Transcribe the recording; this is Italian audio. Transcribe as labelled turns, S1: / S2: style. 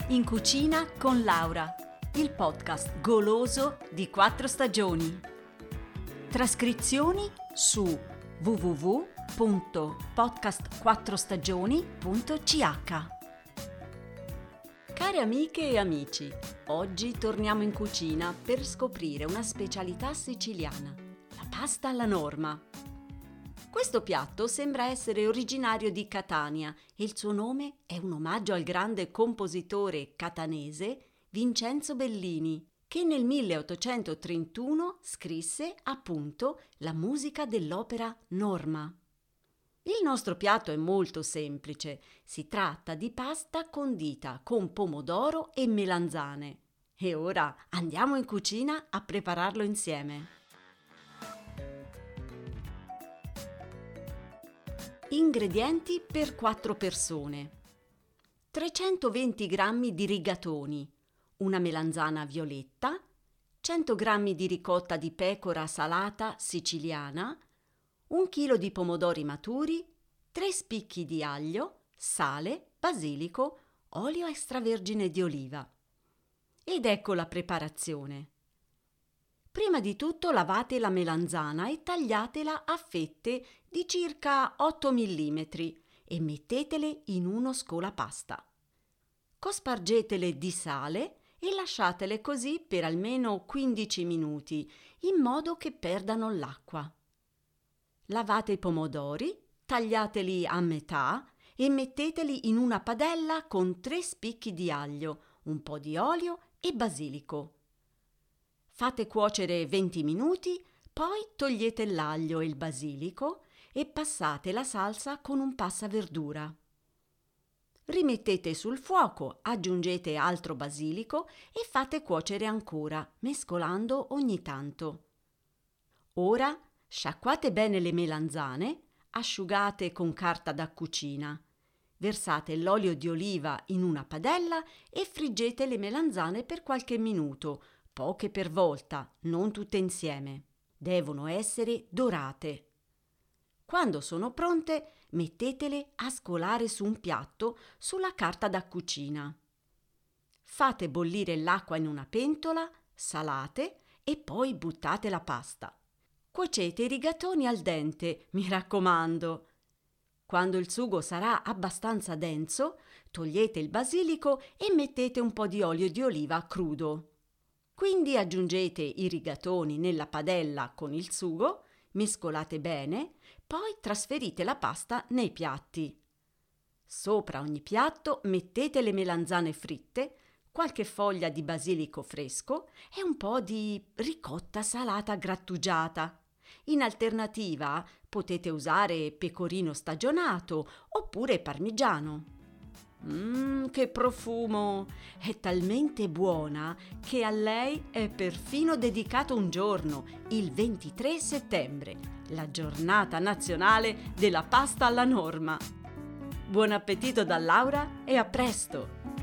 S1: In cucina con Laura, il podcast goloso di 4 stagioni. Trascrizioni su www.podcast4stagioni.ch. Cari amiche e amici, oggi torniamo in cucina per scoprire una specialità siciliana, la pasta alla norma. Questo piatto sembra essere originario di Catania e il suo nome è un omaggio al grande compositore catanese Vincenzo Bellini, che nel 1831 scrisse appunto la musica dell'opera Norma. Il nostro piatto è molto semplice, si tratta di pasta condita con pomodoro e melanzane. E ora andiamo in cucina a prepararlo insieme. Ingredienti per 4 persone: 320 g di rigatoni, una melanzana violetta, 100 g di ricotta di pecora salata siciliana, 1 chilo di pomodori maturi, 3 spicchi di aglio, sale, basilico, olio extravergine di oliva. Ed ecco la preparazione. Prima di tutto lavate la melanzana e tagliatela a fette di circa 8 mm e mettetele in uno scolapasta. Cospargetele di sale e lasciatele così per almeno 15 minuti, in modo che perdano l'acqua. Lavate i pomodori, tagliateli a metà e metteteli in una padella con 3 spicchi di aglio, un po' di olio e basilico. Fate cuocere 20 minuti, poi togliete l'aglio e il basilico e passate la salsa con un passaverdura. Rimettete sul fuoco, aggiungete altro basilico e fate cuocere ancora, mescolando ogni tanto. Ora sciacquate bene le melanzane, asciugate con carta da cucina. Versate l'olio di oliva in una padella e friggete le melanzane per qualche minuto, poche per volta, non tutte insieme. Devono essere dorate. Quando sono pronte, mettetele a scolare su un piatto sulla carta da cucina. Fate bollire l'acqua in una pentola, salate e poi buttate la pasta. Cuocete i rigatoni al dente, mi raccomando. Quando il sugo sarà abbastanza denso, togliete il basilico e mettete un po' di olio di oliva crudo. Quindi aggiungete i rigatoni nella padella con il sugo, mescolate bene, poi trasferite la pasta nei piatti. Sopra ogni piatto mettete le melanzane fritte, qualche foglia di basilico fresco e un po' di ricotta salata grattugiata. In alternativa potete usare pecorino stagionato oppure parmigiano. Che profumo! È talmente buona che a lei è perfino dedicato un giorno, il 23 settembre, la giornata nazionale della pasta alla norma. Buon appetito da Laura e a presto!